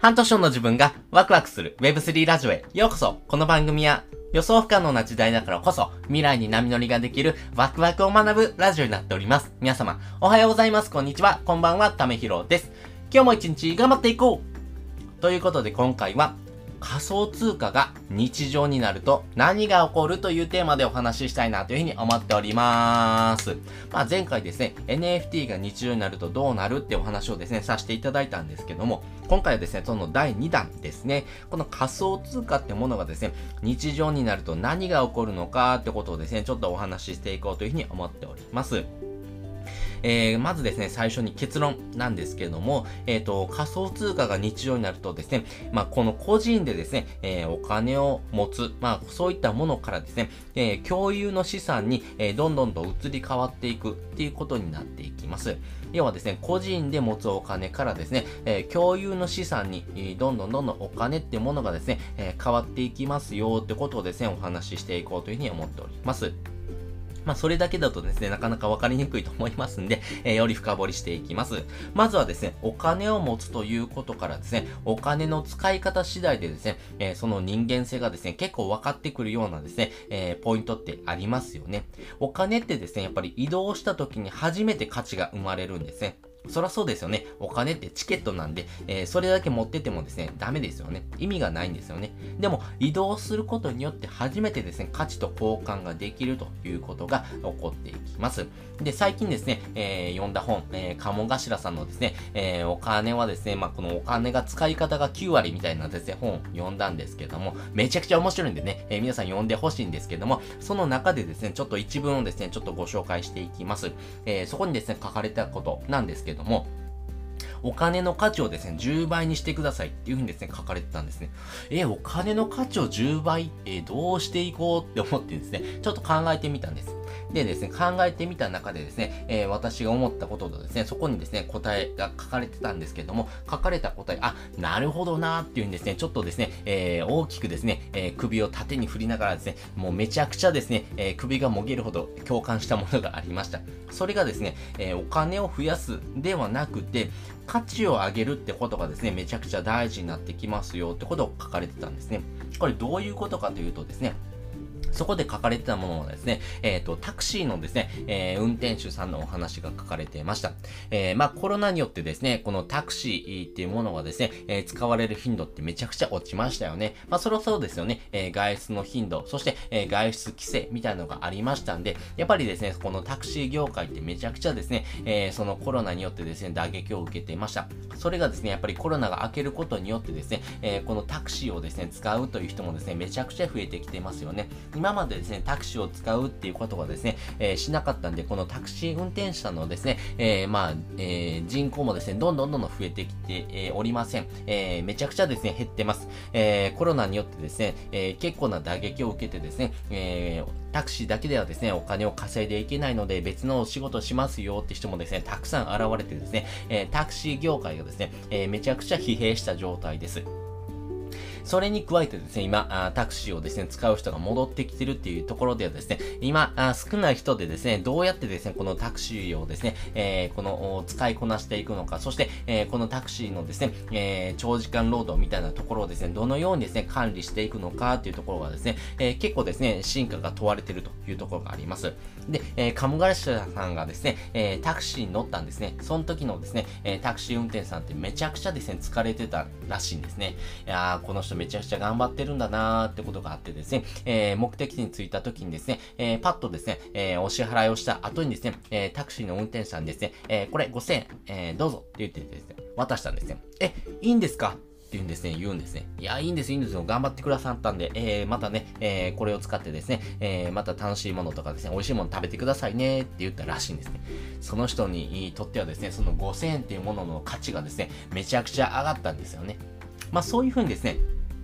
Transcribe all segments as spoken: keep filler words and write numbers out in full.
半年後の自分がワクワクする ウェブスリー ラジオへようこそ。この番組は予想不可能な時代だからこそ未来に波乗りができるワクワクを学ぶラジオになっております。皆様おはようございます。こんにちは。こんばんは。ためひろです。今日も一日頑張っていこうということで、今回は仮想通貨が日常になると何が起こるというテーマでお話ししたいなというふうに思っております。まあ前回ですね、エヌエフティー が日常になるとどうなるってお話をですね、させていただいたんですけども、今回はですね、そのだいにだんですね、この仮想通貨ってものがですね、日常になると何が起こるのかってことをですね、ちょっとお話ししていこうというふうに思っております。えー、まずですね、最初に結論なんですけれども、えっと、仮想通貨が日常になるとですね、まあ、この個人でですね、えー、お金を持つ、まあ、そういったものからですね、えー、共有の資産に、えー、どんどんと移り変わっていくっていうことになっていきます。要はですね、個人で持つお金からですね、えー、共有の資産に、えー、どんどんどんどんお金ってものがですね、えー、変わっていきますよってことをですね、お話ししていこうというふうに思っております。まあ、それだけだとですね、なかなかわかりにくいと思いますんで、えー、より深掘りしていきます。まずはですね、お金を持つということからですね、お金の使い方次第でですね、えー、その人間性がですね、結構分かってくるようなですね、えー、ポイントってありますよね。お金ってですね、やっぱり移動した時に初めて価値が生まれるんですね。そりゃそうですよね。お金ってチケットなんで、えー、それだけ持っててもですね、ダメですよね。意味がないんですよね。でも、移動することによって初めてですね、価値と交換ができるということが起こっていきます。で、最近ですね、えー、読んだ本、えー、鴨頭さんのですね、えー、お金はですね、まあ、このお金が使い方がきゅうわりみたいなですね、本を読んだんですけども、めちゃくちゃ面白いんでね、えー、皆さん読んでほしいんですけども、その中でですね、ちょっと一文をですね、ちょっとご紹介していきます。えー、そこにですね、書かれたことなんですけども、お金の価値をですね、じゅうばいにしてくださいっていうふうにですね、書かれてたんですね。え、お金の価値をじゅうばい、え、どうしていこうって思ってですね、ちょっと考えてみたんです。でですね、考えてみた中でですね、えー、私が思ったこととですね、そこにですね、答えが書かれてたんですけども、書かれた答え、あ、なるほどなーっていうんですね、ちょっとですね、えー、大きくですね、えー、首を縦に振りながらですね、もうめちゃくちゃですね、えー、首がもげるほど共感したものがありました。それがですね、えー、お金を増やすではなくて、価値を上げるってことがですね、めちゃくちゃ大事になってきますよってことを書かれてたんですね。これどういうことかというとですね、そこで書かれてたものはですね、えっと、タクシーのですね、えー、運転手さんのお話が書かれていました。えー、まあ、コロナによってですね、このタクシーっていうものがですね、えー、使われる頻度ってめちゃくちゃ落ちましたよね。まあ、そろそろですよね、えー、外出の頻度、そして、えー、外出規制みたいなのがありましたんで、やっぱりですね、このタクシー業界ってめちゃくちゃですね、えー、そのコロナによってですね、打撃を受けていました。それがですね、やっぱりコロナが明けることによってですね、えー、このタクシーをですね、使うという人もですね、めちゃくちゃ増えてきていますよね。今までですね、タクシーを使うっていうことがですね、えー、しなかったんで、このタクシー運転手さんのですね、えー、まあ、えー、人口もですね、どんどんどんどん増えてきて、えー、おりません。えー、めちゃくちゃですね、減ってます。えー、コロナによってですね、えー、結構な打撃を受けてですね、えー、タクシーだけではですね、お金を稼いでいけないので、別のお仕事しますよって人もですね、たくさん現れてですね、えー、タクシー業界がですね、えー、めちゃくちゃ疲弊した状態です。それに加えてですね、今、タクシーをですね、使う人が戻ってきてるっていうところではですね、今、少ない人でですね、どうやってですね、このタクシーをですね、えー、この、使いこなしていくのか、そして、えー、このタクシーのですね、えー、長時間労働みたいなところをですね、どのようにですね、管理していくのかっていうところがですね、えー、結構ですね、進化が問われているというところがあります。で、えー、鴨頭さんがですね、えー、タクシーに乗ったんですね。その時のですね、えー、タクシー運転手さんってめちゃくちゃですね、疲れてたらしいんですね。いやー、この人めちゃくちゃ頑張ってるんだなーってことがあってですね、えー、目的地に着いた時にですね、えー、パッとですね、えー、お支払いをした後にですね、えー、タクシーの運転手さんにですね、えー、これごせんえん、えー、どうぞって言ってですね、渡したんですね。え、いいんですかって言うんですね、言うんですね。いや、いいんです、いいんですよ。頑張ってくださったんで、えー、またね、えー、これを使ってですね、えー、また楽しいものとかですね、美味しいもの食べてくださいねって言ったらしいんですね。その人にとってはですね、そのごせんえんっていうものの価値がですね、めちゃくちゃ上がったんですよね。まあそういう風にですね、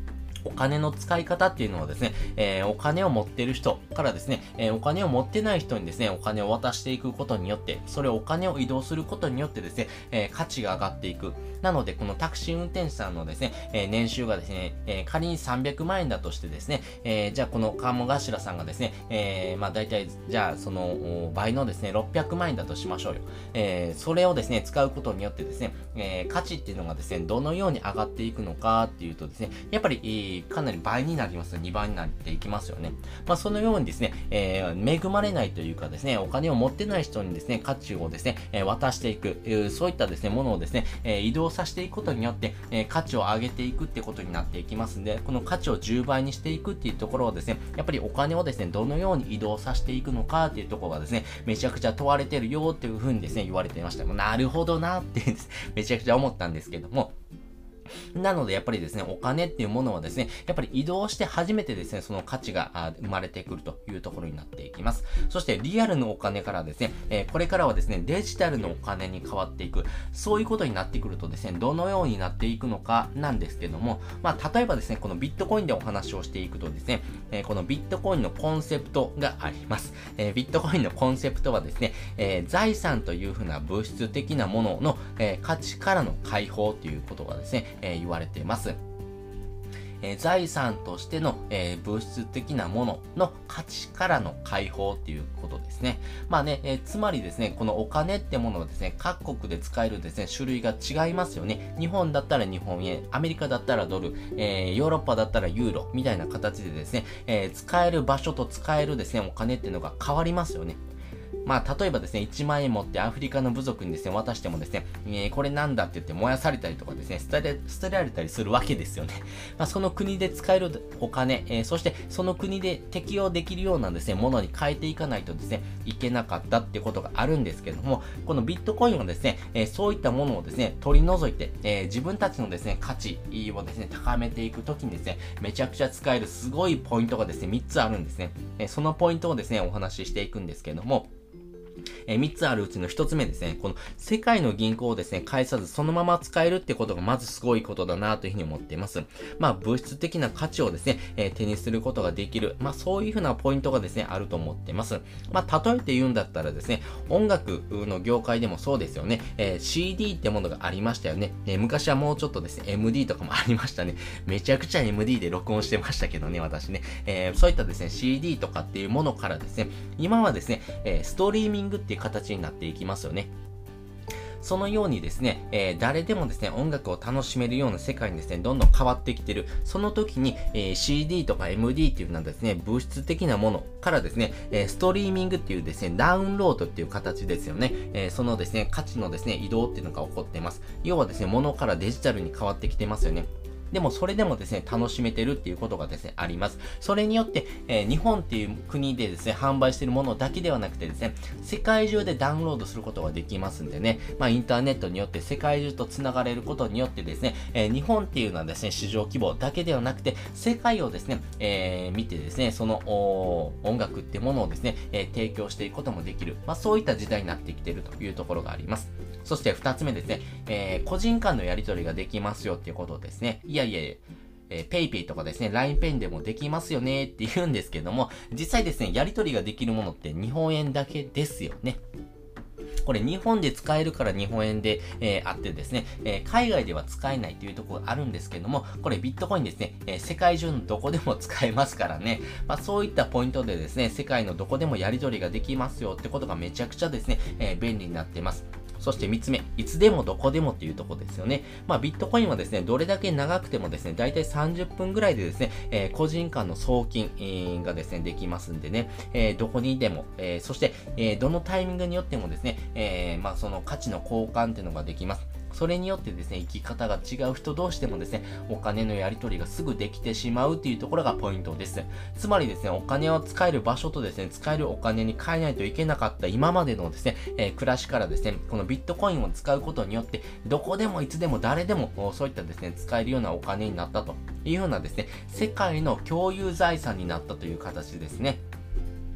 お金の使い方っていうのはですね、えー、お金を持ってる人からですね、えー、お金を持ってない人にですね、お金を渡していくことによって、それをお金を移動することによってですね、えー、価値が上がっていく。なので、このタクシー運転手さんのですね、えー、年収がですね、えー、仮にさんびゃくまんえんだとしてですね、えー、じゃあこの鴨頭さんがですね、えー、まあ大体、じゃあその倍のですね、ろっぴゃくまんえんだとしましょうよ。えー、それをですね、使うことによってですね、えー、価値っていうのがですね、どのように上がっていくのかっていうとですね、やっぱり、えー、かなり倍になります。にばいになっていきますよね。まあそのようにですね、えー、恵まれないというかですね、お金を持ってない人にですね、価値をですね、えー、渡していく、えー、そういったですね、ものをですね、えー、移動させていくことによって、えー、価値を上げていくってことになっていきますんで、この価値をじゅうばいにしていくっていうところをですね、やっぱりお金をですね、どのように移動させていくのかっていうところがですね、めちゃくちゃ問われてるよっていうふうにですね、言われていました。なるほどなってめちゃくちゃ思ったんですけども、なのでやっぱりですね、お金っていうものはですね、やっぱり移動して初めてですね、その価値が生まれてくるというところになっていきます。そしてリアルのお金からですね、えー、これからはですね、デジタルのお金に変わっていく。そういうことになってくるとですね、どのようになっていくのかなんですけども、まあ例えばですね、このビットコインでお話をしていくとですね、えー、このビットコインのコンセプトがあります。えー、ビットコインのコンセプトはですね、えー、財産というふうな物質的なものの、えー、価値からの解放ということがですね、えー、言われています。えー、財産としての、えー、物質的なものの価値からの解放っていうことですね。まあね、えー、つまりですね、このお金ってものはですね、各国で使えるですね、種類が違いますよね。日本だったら日本円、アメリカだったらドル、えー、ヨーロッパだったらユーロみたいな形でですね、えー、使える場所と使えるですね、お金っていうのが変わりますよね。まあ、例えばですね、いちまんえん持ってアフリカの部族にですね、渡してもですね、えー、これなんだって言って燃やされたりとかですね、捨て捨てられたりするわけですよね。まあ、その国で使えるお金、えー、そしてその国で適用できるようなですね、ものに変えていかないとですね、いけなかったってことがあるんですけども、このビットコインはですね、えー、そういったものをですね、取り除いて、えー、自分たちのですね、価値をですね、高めていくときにですね、めちゃくちゃ使えるすごいポイントがですね、みっつあるんですね。えー、そのポイントをですね、お話ししていくんですけども、えー、みっつあるうちのひとつめですね、この世界の銀行をですね、返さずそのまま使えるってことがまずすごいことだなというふうに思っています。まあ物質的な価値をですね、えー、手にすることができる。まあそういうふうなポイントがですね、あると思っています。まあ例えて言うんだったらですね、音楽の業界でもそうですよね、えー、シーディー ってものがありましたよね、えー。昔はもうちょっとですね、エムディー とかもありましたね。めちゃくちゃ エムディー で録音してましたけどね、私ね。えー、そういったですね、シーディー とかっていうものからですね、今はですね、えー、ストリーミングっていう形になっていきますよね。そのようにですね、えー、誰でもですね、音楽を楽しめるような世界にですね、どんどん変わってきてる。その時に、えー、シーディー とか エムディー っていうのはですね、物質的なものからですね、えー、ストリーミングっていうですね、ダウンロードっていう形ですよね。えー、そのですね、価値のですね、移動っていうのが起こっています。要はですね、物からデジタルに変わってきてますよね。でもそれでもですね、楽しめてるっていうことがですね、あります。それによって、えー、日本っていう国でですね、販売しているものだけではなくてですね、世界中でダウンロードすることができますんでね、まあインターネットによって世界中と繋がれることによってですね、えー、日本っていうのはですね、市場規模だけではなくて、世界をですね、えー、見てですね、その音楽っていうものをですね、えー、提供していくこともできる。まあそういった時代になってきているというところがあります。そして二つ目ですね、えー、個人間のやり取りができますよっていうことですね。いやいやいや、えー、PayPay とかですね、ライン Pay でもできますよねって言うんですけども、実際ですね、やり取りができるものって日本円だけですよね。これ日本で使えるから日本円で、えー、あってですね、えー、海外では使えないというところがあるんですけども、これビットコインですね、えー、世界中のどこでも使えますからね、まあそういったポイントでですね、世界のどこでもやり取りができますよってことがめちゃくちゃですね、えー、便利になっています。そしてみっつめ、いつでもどこでもっていうところですよね。まあビットコインはですね、どれだけ長くてもですね、だいたいさんじゅっぷんぐらいでですね、えー、個人間の送金、えー、がですね、できますんでね、えー、どこにでも、えー、そして、えー、どのタイミングによってもですね、えー、まあその価値の交換っていうのができます。それによってですね、生き方が違う人同士でもですね、お金のやり取りがすぐできてしまうというところがポイントです。つまりですね、お金を使える場所とですね、使えるお金に変えないといけなかった今までのですね、えー、暮らしからですね、このビットコインを使うことによって、どこでもいつでも誰でもそういったですね、使えるようなお金になったというようなですね、世界の共有財産になったという形ですね。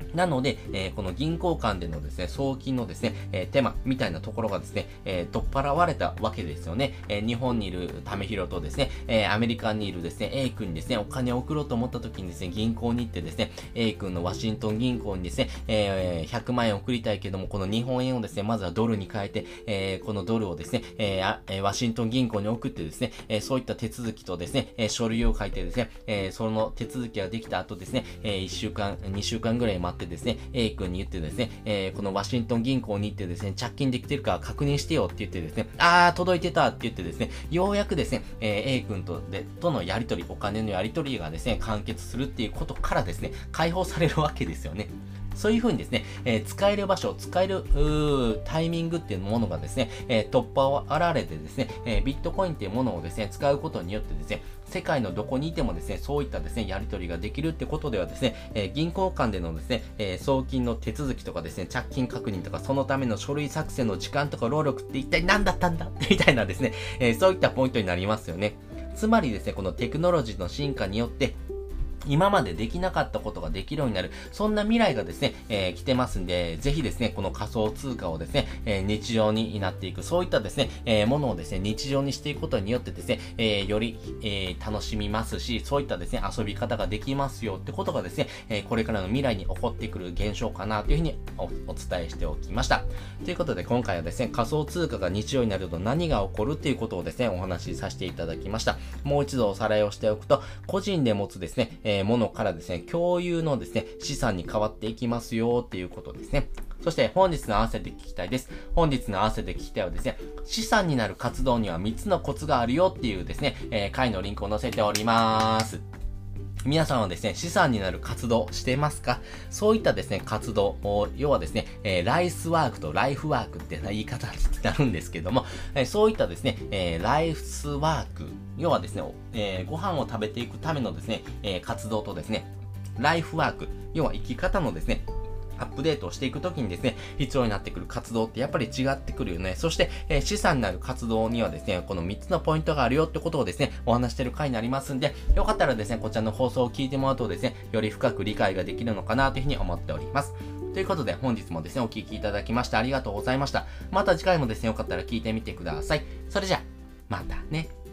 なので、えー、この銀行間でのですね、送金のですね、えー、手間みたいなところがですね、えー、取っ払われたわけですよね。えー、日本にいるためひろとですね、えー、アメリカにいるですね、A 君にですね、お金を送ろうと思った時にですね、銀行に行ってですね、A 君のワシントン銀行にですね、えー、ひゃくまんえん送りたいけども、この日本円をですね、まずはドルに変えて、えー、このドルをですね、えー、ワシントン銀行に送ってですね、えー、そういった手続きとですね、えー、書類を書いてですね、えー、その手続きができた後ですね、えー、いっしゅうかん、にしゅうかんぐらい待ってですね、A 君に言ってですね、えー、このワシントン銀行に行ってですね、着金できてるか確認してよって言ってですね、あー、届いてたって言ってですね、ようやくですね、えー、A 君とで、とのやり取り、お金のやり取りがですね、完結するっていうことからですね、解放されるわけですよね。そういう風にですね、えー、使える場所、使えるタイミングっていうものがですね、えー、突破をられてですね、えー、ビットコインっていうものをですね、使うことによってですね、世界のどこにいてもですね、そういったですね、やり取りができるってことではですね、えー、銀行間でのですね、えー、送金の手続きとかですね、着金確認とか、そのための書類作成の時間とか労力って一体何だったんだみたいなですね、えー、そういったポイントになりますよね。つまりですね、このテクノロジーの進化によって、今までできなかったことができるようになる。そんな未来がですね、えー、来てますんで、ぜひですね、この仮想通貨をですね、えー、日常になっていく。そういったですね、えー、ものをですね、日常にしていくことによってですね、えー、より、えー、楽しみますし、そういったですね、遊び方ができますよってことがですね、えー、これからの未来に起こってくる現象かなというふうに お, お伝えしておきました。ということで、今回はですね、仮想通貨が日常になると何が起こるっていうことをですね、お話しさせていただきました。もう一度おさらいをしておくと、個人で持つですね、えーものからですね、共有のですね、資産に変わっていきますよっていうことですね。そして本日の合わせて聞きたいです。本日の合わせて聞きたいはですね、資産になる活動にはみっつのコツがあるよっていうですね、えー、回のリンクを載せております。皆さんはですね、資産になる活動してますか？そういったですね、活動、要はですね、えー、ライスワークとライフワークって言い方になるんですけども、えー、そういったですね、えー、ライスワーク、要はですね、えー、ご飯を食べていくためのですね、えー、活動とですね、ライフワーク、要は生き方のですね、アップデートをしていくときにですね、必要になってくる活動ってやっぱり違ってくるよね。そして、えー、資産になる活動にはですね、このみっつのポイントがあるよってことをですね、お話している回になりますんで、よかったらですね、こちらの放送を聞いてもらうとですね、より深く理解ができるのかなというふうに思っております。ということで、本日もですね、お聞きいただきましてありがとうございました。また次回もですね、よかったら聞いてみてください。それじゃあ、またね。